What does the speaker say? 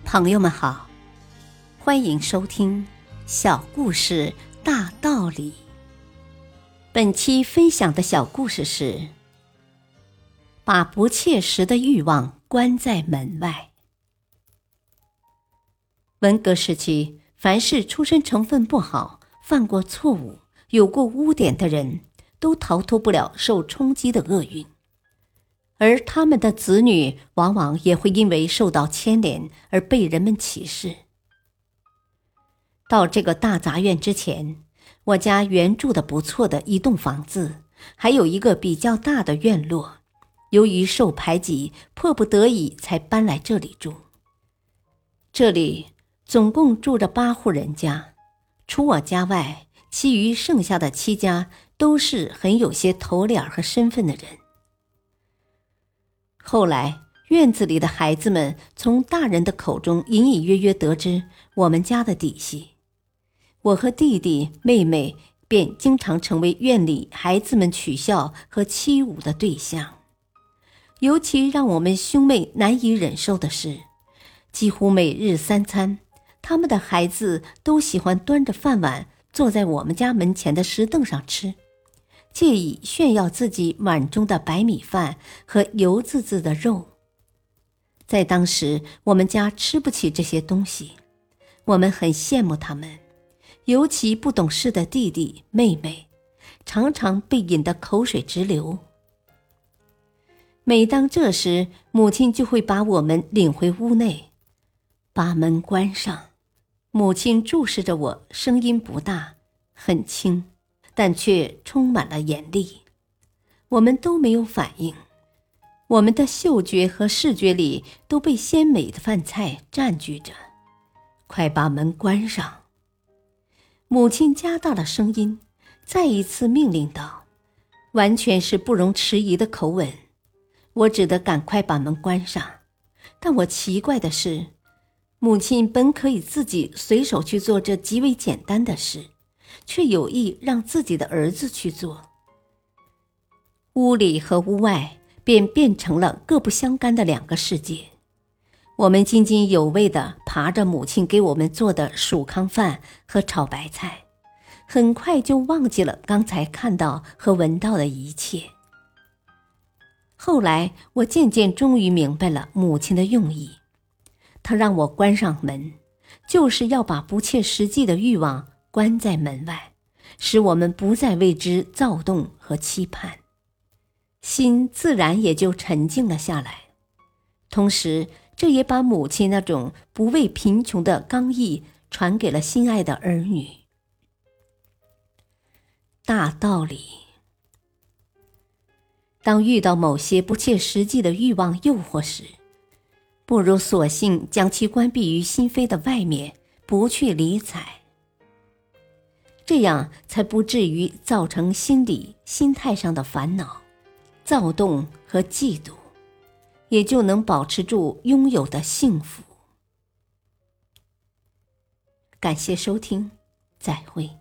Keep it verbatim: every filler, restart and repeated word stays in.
朋友们好，欢迎收听小故事大道理。本期分享的小故事是把不切实的欲望关在门外。文革时期，凡是出身成分不好、犯过错误、有过污点的人，都逃脱不了受冲击的厄运。而他们的子女往往也会因为受到牵连而被人们歧视。到这个大杂院之前，我家原住的不错的一栋房子，还有一个比较大的院落，由于受排挤，迫不得已才搬来这里住。这里总共住着八户人家，除我家外，其余剩下的七家都是很有些头脸和身份的人。后来院子里的孩子们从大人的口中隐隐约约得知我们家的底细，我和弟弟妹妹便经常成为院里孩子们取笑和欺侮的对象。尤其让我们兄妹难以忍受的是，几乎每日三餐，他们的孩子都喜欢端着饭碗坐在我们家门前的石凳上吃，借以炫耀自己碗中的白米饭和油滋滋的肉。在当时，我们家吃不起这些东西，我们很羡慕他们，尤其不懂事的弟弟妹妹，常常被引得口水直流。每当这时，母亲就会把我们领回屋内，把门关上。母亲注视着我，声音不大，很轻，但却充满了严厉。我们都没有反应，我们的嗅觉和视觉里都被鲜美的饭菜占据着。快把门关上！母亲加大了声音，再一次命令道，完全是不容迟疑的口吻。我只得赶快把门关上。但我奇怪的是，母亲本可以自己随手去做这极为简单的事，却有意让自己的儿子去做。屋里和屋外便变成了各不相干的两个世界。我们津津有味地扒着母亲给我们做的薯糠饭和炒白菜，很快就忘记了刚才看到和闻到的一切。后来我渐渐终于明白了母亲的用意，她让我关上门，就是要把不切实际的欲望关在门外，使我们不再为之躁动和期盼，心自然也就沉静了下来。同时，这也把母亲那种不畏贫穷的刚毅传给了心爱的儿女。大道理。当遇到某些不切实际的欲望诱惑时，不如索性将其关闭于心扉的外面，不去理睬。这样才不至于造成心理、心态上的烦恼、躁动和嫉妒，也就能保持住拥有的幸福。感谢收听，再会。